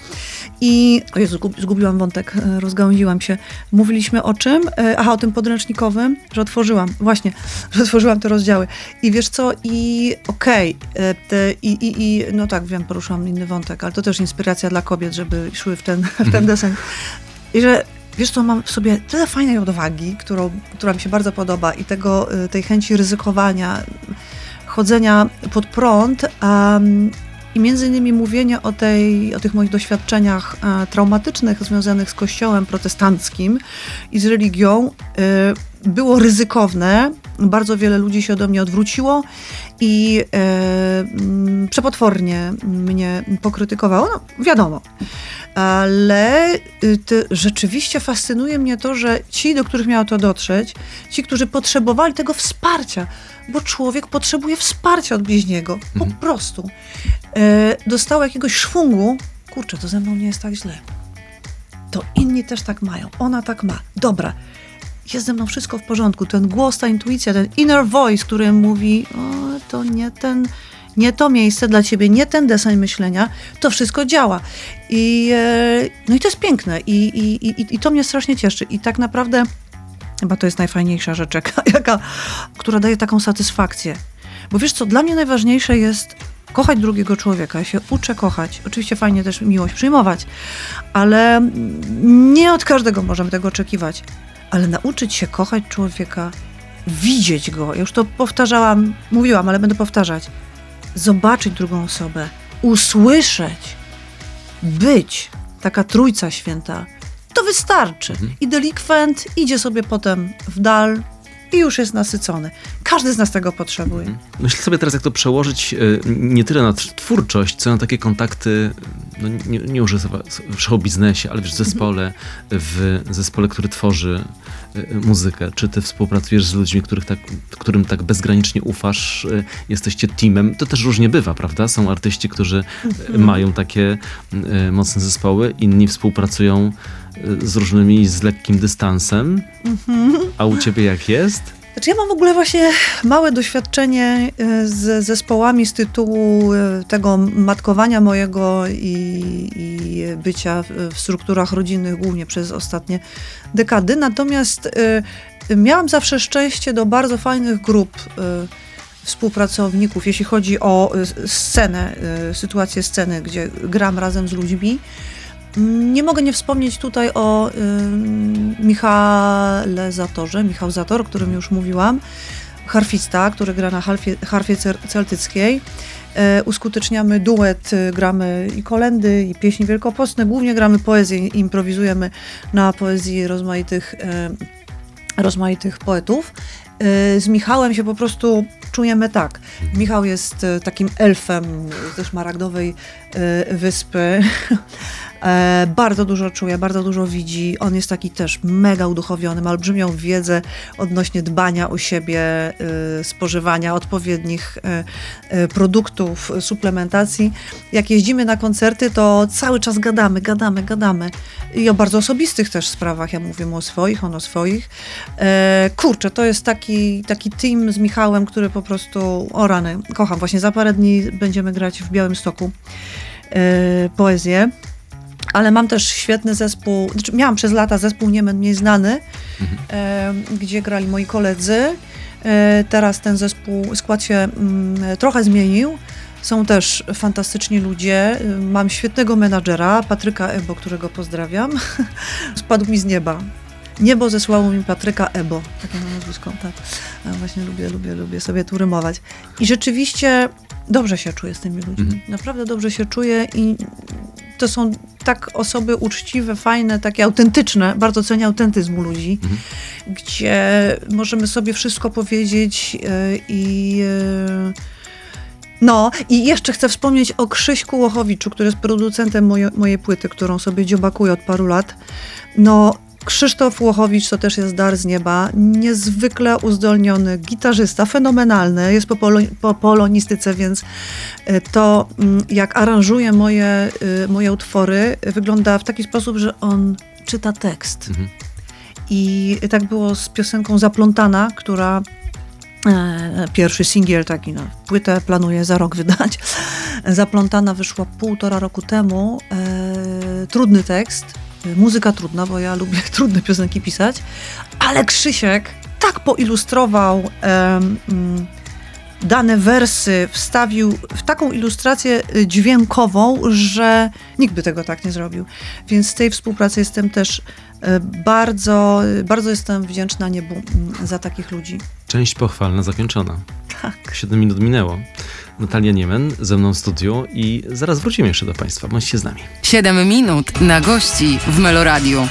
I o Jezu, zgubiłam wątek, rozgałęziłam się. Mówiliśmy o czym? Aha, o tym podręcznikowym, że otworzyłam. Właśnie, że otworzyłam te rozdziały. I wiesz co? I okej. Okay, i, i, i no tak, wiem, poruszyłam inny wątek, ale to też inspiracja dla kobiet, żeby szły w ten, w ten desen. I że, wiesz co, mam w sobie tyle fajnej odwagi, którą, która mi się bardzo podoba, i tego, tej chęci ryzykowania, chodzenia pod prąd, um, i między innymi mówienie o, tej, o tych moich doświadczeniach e, traumatycznych związanych z kościołem protestanckim i z religią e, było ryzykowne. Bardzo wiele ludzi się ode mnie odwróciło i e, m, przepotwornie mnie pokrytykowało. No, wiadomo. Ale y, ty, rzeczywiście fascynuje mnie to, że ci, do których miało to dotrzeć, ci, którzy potrzebowali tego wsparcia, bo człowiek potrzebuje wsparcia od bliźniego, po Mhm. prostu, e, dostało jakiegoś szwungu: kurczę, to ze mną nie jest tak źle. To inni też tak mają, ona tak ma. Dobra, jest ze mną wszystko w porządku. Ten głos, ta intuicja, ten inner voice, który mówi: o, to nie ten... nie to miejsce dla ciebie, nie ten deseń myślenia, to wszystko działa. I, no i to jest piękne. I, i, i, i to mnie strasznie cieszy. I tak naprawdę chyba to jest najfajniejsza rzecz, jaka, jaka, która daje taką satysfakcję. Bo wiesz co, dla mnie najważniejsze jest kochać drugiego człowieka. Ja się uczę kochać. Oczywiście fajnie też miłość przyjmować, ale nie od każdego możemy tego oczekiwać. Ale nauczyć się kochać człowieka, widzieć go. Ja już to powtarzałam, mówiłam, ale będę powtarzać. Zobaczyć drugą osobę, usłyszeć, być, taka trójca święta, to wystarczy. Mhm. I delikwent idzie sobie potem w dal i już jest nasycony. każdy z nas tego potrzebuje. Myślę sobie teraz, jak to przełożyć nie tyle na twórczość, co na takie kontakty, no nie, nie używam w show biznesie, ale wiesz, w zespole, w zespole, który tworzy muzykę. Czy ty współpracujesz z ludźmi, których tak, którym tak bezgranicznie ufasz, jesteście teamem? To też różnie bywa, prawda? Są artyści, którzy mhm. mają takie mocne zespoły, inni współpracują z różnymi z lekkim dystansem. Mhm. A u ciebie jak jest? Znaczy ja mam w ogóle właśnie małe doświadczenie z zespołami z tytułu tego matkowania mojego i, i bycia w strukturach rodzinnych głównie przez ostatnie dekady. Natomiast y, miałam zawsze szczęście do bardzo fajnych grup y, współpracowników, jeśli chodzi o scenę, y, sytuację sceny, gdzie gram razem z ludźmi. Nie mogę nie wspomnieć tutaj o y, Michale Zatorze, Michał Zator, o którym już mówiłam, harfista, który gra na harfie, harfie celtyckiej. E, uskuteczniamy duet, gramy i kolędy, i pieśni wielkopostne, głównie gramy poezję, improwizujemy na poezji rozmaitych, e, rozmaitych poetów. E, z Michałem się po prostu czujemy tak. Michał jest takim elfem ze szmaragdowej e, wyspy. E, bardzo dużo czuje, bardzo dużo widzi. On jest taki też mega uduchowiony, ma olbrzymią wiedzę odnośnie dbania o siebie, y, spożywania odpowiednich y, y, produktów, suplementacji. Jak jeździmy na koncerty, to cały czas gadamy, gadamy, gadamy. I o bardzo osobistych też sprawach. Ja mówię o swoich, on o swoich. E, kurczę, to jest taki, taki team z Michałem, który po prostu, o rany, kocham. Właśnie za parę dni będziemy grać w Białymstoku e, poezję. Ale mam też świetny zespół, znaczy miałam przez lata zespół Nie Mniej Znany, mhm. e, gdzie grali moi koledzy. E, teraz ten zespół, skład się m, trochę zmienił. Są też fantastyczni ludzie. Mam świetnego menadżera, Patryka Ebo, którego pozdrawiam. Spadł mi z nieba. Niebo zesłało mi Patryka Ebo, takie ma nazwisko, tak. Ja właśnie lubię, lubię, lubię sobie tu rymować. I rzeczywiście dobrze się czuję z tymi ludźmi. Mhm. Naprawdę dobrze się czuję i to są tak osoby uczciwe, fajne, takie autentyczne. Bardzo cenię autentyzmu ludzi, mhm. gdzie możemy sobie wszystko powiedzieć yy, i... Yy, No i jeszcze chcę wspomnieć o Krzyśku Łochowiczu, który jest producentem moje, mojej płyty, którą sobie dziobakuję od paru lat. No, Krzysztof Łochowicz to też jest dar z nieba, niezwykle uzdolniony gitarzysta, fenomenalny, jest po, polo, po polonistyce, więc to jak aranżuje moje, moje utwory, wygląda w taki sposób, że on czyta tekst. Mhm. I tak było z piosenką Zaplątana, która e, pierwszy singiel taki, no, płytę planuję za rok wydać. Zaplątana wyszła półtora roku temu. E, trudny tekst. Muzyka trudna, bo ja lubię trudne piosenki pisać, ale Krzysiek tak poilustrował um, dane wersy, wstawił w taką ilustrację dźwiękową, że nikt by tego tak nie zrobił. Więc z tej współpracy jestem też bardzo, bardzo jestem wdzięczna niebu za takich ludzi. Część pochwalna zakończona. Tak. Siedem minut minęło. Natalia Niemen ze mną w studiu i zaraz wrócimy jeszcze do Państwa. Bądźcie z nami. Siedem minut na gości w Meloradiu.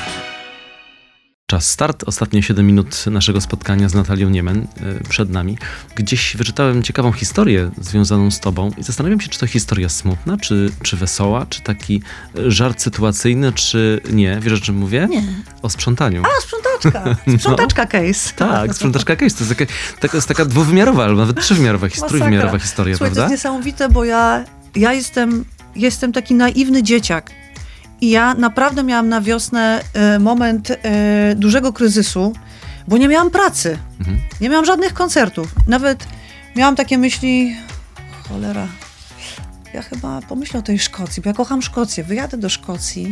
Czas start. Ostatnie siedem minut naszego spotkania z Natalią Niemen przed nami. Gdzieś wyczytałem ciekawą historię związaną z tobą i zastanawiam się, czy to historia smutna, czy, czy wesoła, czy taki żart sytuacyjny, czy nie. Wiesz, o czym mówię? Nie. O sprzątaniu. A, sprzątaczka. Sprzątaczka no. Case. Tak, sprzątaczka case. To jest taka, to jest taka dwuwymiarowa, albo nawet trzywymiarowa, trójwymiarowa historia, Słuchaj, prawda? To jest niesamowite, bo ja, ja jestem, jestem taki naiwny dzieciak. I ja naprawdę miałam na wiosnę e, moment e, dużego kryzysu, bo nie miałam pracy. Mhm. Nie miałam żadnych koncertów. Nawet miałam takie myśli, cholera, ja chyba pomyślę o tej Szkocji, bo ja kocham Szkocję. Wyjadę do Szkocji,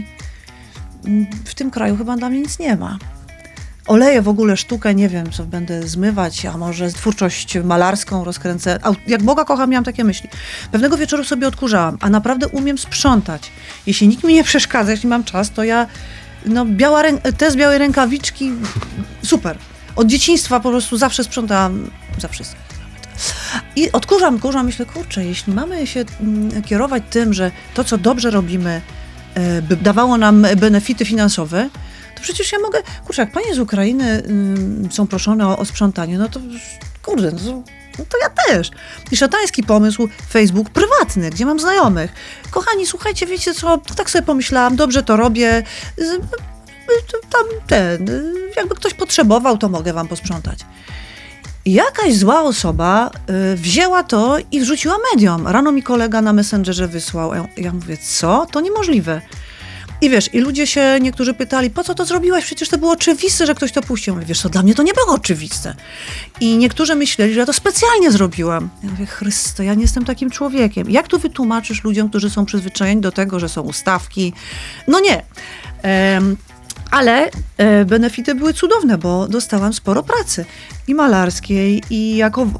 w tym kraju chyba dla mnie nic nie ma. Oleję w ogóle sztukę, nie wiem, co będę zmywać, a może twórczość malarską rozkręcę. Jak Boga kocham, miałam takie myśli. Pewnego wieczoru sobie odkurzałam, a naprawdę umiem sprzątać. Jeśli nikt mi nie przeszkadza, jeśli mam czas, to ja, no, biała rę- te z białej rękawiczki, super. Od dzieciństwa po prostu zawsze sprzątałam, za wszystko. I odkurzam, odkurzam, myślę, kurczę, jeśli mamy się mm, kierować tym, że to, co dobrze robimy, y, by dawało nam benefity finansowe, to przecież ja mogę, kurczę, jak panie z Ukrainy y, są proszone o, o sprzątanie, no to kurde, no to, no to ja też. I szatański pomysł, Facebook prywatny, gdzie mam znajomych. Kochani, słuchajcie, wiecie co, tak sobie pomyślałam, dobrze to robię, tam ten, jakby ktoś potrzebował, to mogę wam posprzątać. I jakaś zła osoba y, wzięła to i wrzuciła mediom. Rano mi kolega na Messengerze wysłał. Ja, ja mówię, co? To niemożliwe. I wiesz, i ludzie się, niektórzy pytali, po co to zrobiłaś? Przecież to było oczywiste, że ktoś to puścił. Ja mówię, wiesz co, dla mnie to nie było oczywiste. I niektórzy myśleli, że ja to specjalnie zrobiłam. Ja mówię, Chryste, ja nie jestem takim człowiekiem. Jak tu wytłumaczysz ludziom, którzy są przyzwyczajeni do tego, że są ustawki? No nie. Ehm, Ale e, benefity były cudowne, bo dostałam sporo pracy i malarskiej, i jako e,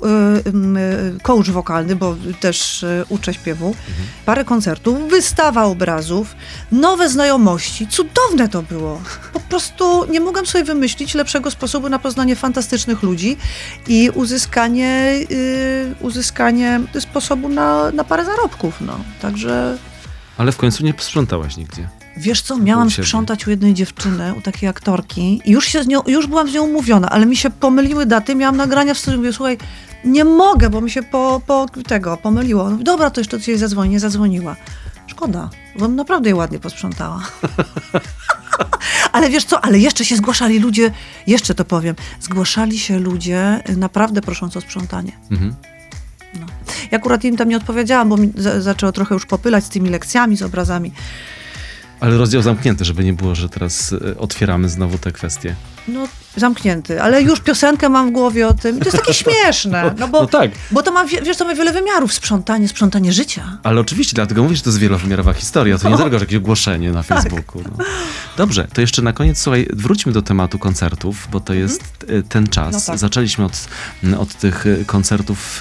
e, coach wokalny, bo też e, uczę śpiewu, mhm. parę koncertów, wystawa obrazów, nowe znajomości. Cudowne to było. Po prostu nie mogłam sobie wymyślić lepszego sposobu na poznanie fantastycznych ludzi i uzyskanie, y, uzyskanie sposobu na, na parę zarobków. No. Także... Ale w końcu nie posprzątałaś nigdzie. Wiesz co, miałam sprzątać u jednej dziewczyny, u takiej aktorki i już, się z nią, już byłam z nią umówiona, ale mi się pomyliły daty, miałam nagrania w studiu, mówię, słuchaj, nie mogę, bo mi się po, po tego pomyliło. Mówię, dobra, to jeszcze coś zadzwoni, nie zadzwoniła. Szkoda, bo naprawdę jej ładnie posprzątała. Ale wiesz co, ale jeszcze się zgłaszali ludzie, jeszcze to powiem, zgłaszali się ludzie naprawdę prosząc o sprzątanie. Mhm. No. Ja akurat im tam nie odpowiedziałam, bo mi za, zaczęło trochę już popylać z tymi lekcjami, z obrazami. Ale rozdział zamknięty, żeby nie było, że teraz otwieramy znowu te kwestie. No, zamknięty, ale już piosenkę mam w głowie o tym. I to jest takie śmieszne. No bo, no tak. Bo to ma, wiesz, to ma wiele wymiarów. Sprzątanie, sprzątanie życia. Ale oczywiście, dlatego mówię, że to jest wielowymiarowa historia. To nie no. tylko, że jakieś ogłoszenie na Facebooku. Tak. No. Dobrze, to jeszcze na koniec, słuchaj, wróćmy do tematu koncertów, bo to jest mhm. ten czas. No tak. Zaczęliśmy od, od tych koncertów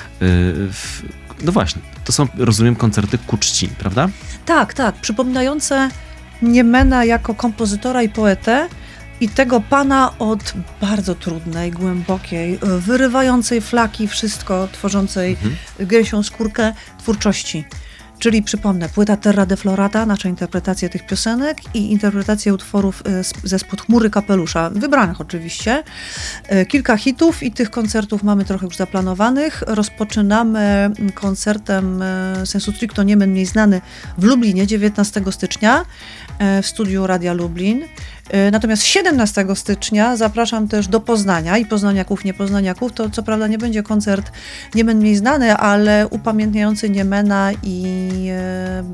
w, no właśnie, to są, rozumiem, koncerty ku czci, prawda? Tak, tak, przypominające Niemena jako kompozytora i poetę i tego pana od bardzo trudnej, głębokiej, wyrywającej flaki, wszystko tworzącej mhm. gęsią skórkę twórczości. Czyli przypomnę, płyta Terra de Florata, nasza interpretacja tych piosenek i interpretacja utworów ze Spod chmury kapelusza, wybranych oczywiście. Kilka hitów i tych koncertów mamy trochę już zaplanowanych. Rozpoczynamy koncertem sensu stricto Niemen mniej znany w Lublinie dziewiętnastego stycznia w studiu Radia Lublin. Natomiast siedemnastego stycznia zapraszam też do Poznania i poznaniaków, niepoznaniaków. To co prawda nie będzie koncert Niemen mniej znany, ale upamiętniający Niemena i e,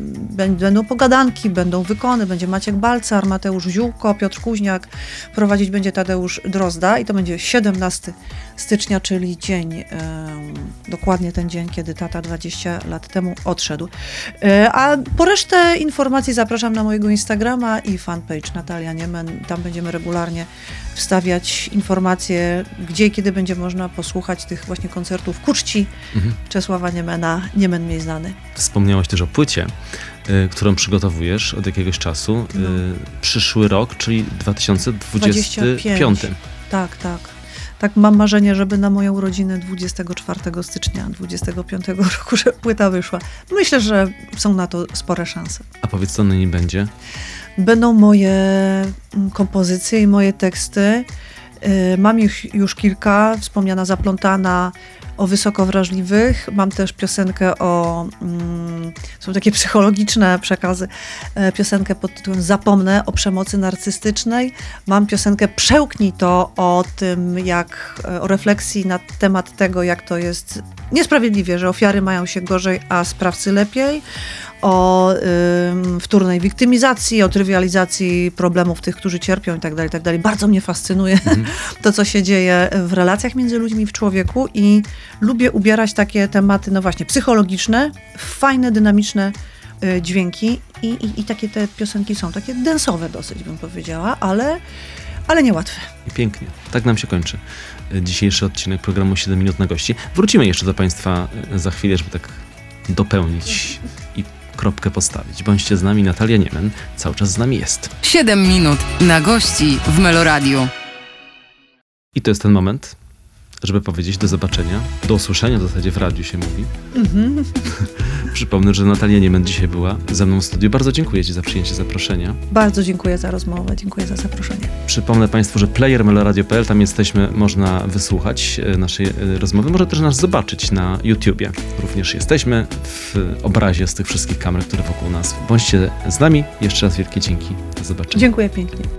będą pogadanki, będą wykony, będzie Maciek Balcar, Mateusz Ziółko, Piotr Kuźniak, prowadzić będzie Tadeusz Drozda i to będzie siedemnastego stycznia, czyli dzień, e, dokładnie ten dzień, kiedy tata dwadzieścia lat temu odszedł. E, a po resztę informacji zapraszam na mojego Instagrama i fanpage Natalia Niemen. Tam będziemy regularnie wstawiać informacje, gdzie i kiedy będzie można posłuchać tych właśnie koncertów ku czci mhm. Czesława Niemena, Niemen mniej znany. Wspomniałaś też o płycie, y, którą przygotowujesz od jakiegoś czasu. No. Y, przyszły rok, czyli dwa tysiące dwudziesty piąty. Tak, tak. Tak, mam marzenie, żeby na moją urodzinę dwudziestego czwartego stycznia dwudziestego piątego roku, że płyta wyszła. Myślę, że są na to spore szanse. A powiedz, co na niej będzie? Będą moje kompozycje i moje teksty. Mam ich już kilka, wspomniana Zaplątana, o wysoko wrażliwych. Mam też piosenkę o, mm, są takie psychologiczne przekazy, e, piosenkę pod tytułem Zapomnę, o przemocy narcystycznej. Mam piosenkę Przełknij to, o tym, jak, o refleksji na temat tego, jak to jest niesprawiedliwie, że ofiary mają się gorzej, a sprawcy lepiej. O ym, wtórnej wiktymizacji, o trywializacji problemów tych, którzy cierpią i tak dalej, i tak dalej. Bardzo mnie fascynuje mm. to, co się dzieje w relacjach między ludźmi, w człowieku i lubię ubierać takie tematy, no właśnie, psychologiczne, fajne, dynamiczne y, dźwięki i, i, i takie te piosenki są, takie densowe dosyć, bym powiedziała, ale, ale niełatwe. I pięknie. Tak nam się kończy dzisiejszy odcinek programu siedem minut na gości. Wrócimy jeszcze do Państwa za chwilę, żeby tak dopełnić i kropkę postawić. Bądźcie z nami, Natalia Niemen cały czas z nami jest. siedem minut na gości w Meloradiu. I to jest ten moment, żeby powiedzieć do zobaczenia, do usłyszenia w zasadzie w radiu się mówi. Mhm. Przypomnę, że Natalia Niemen dzisiaj była ze mną w studiu. Bardzo dziękuję Ci za przyjęcie zaproszenia. Bardzo dziękuję za rozmowę, dziękuję za zaproszenie. Przypomnę Państwu, że player meloradio kropka p l, tam jesteśmy, można wysłuchać naszej rozmowy, może też nas zobaczyć na YouTubie. Również jesteśmy w obrazie z tych wszystkich kamer, które wokół nas. Bądźcie z nami. Jeszcze raz wielkie dzięki. Do zobaczenia. Dziękuję pięknie.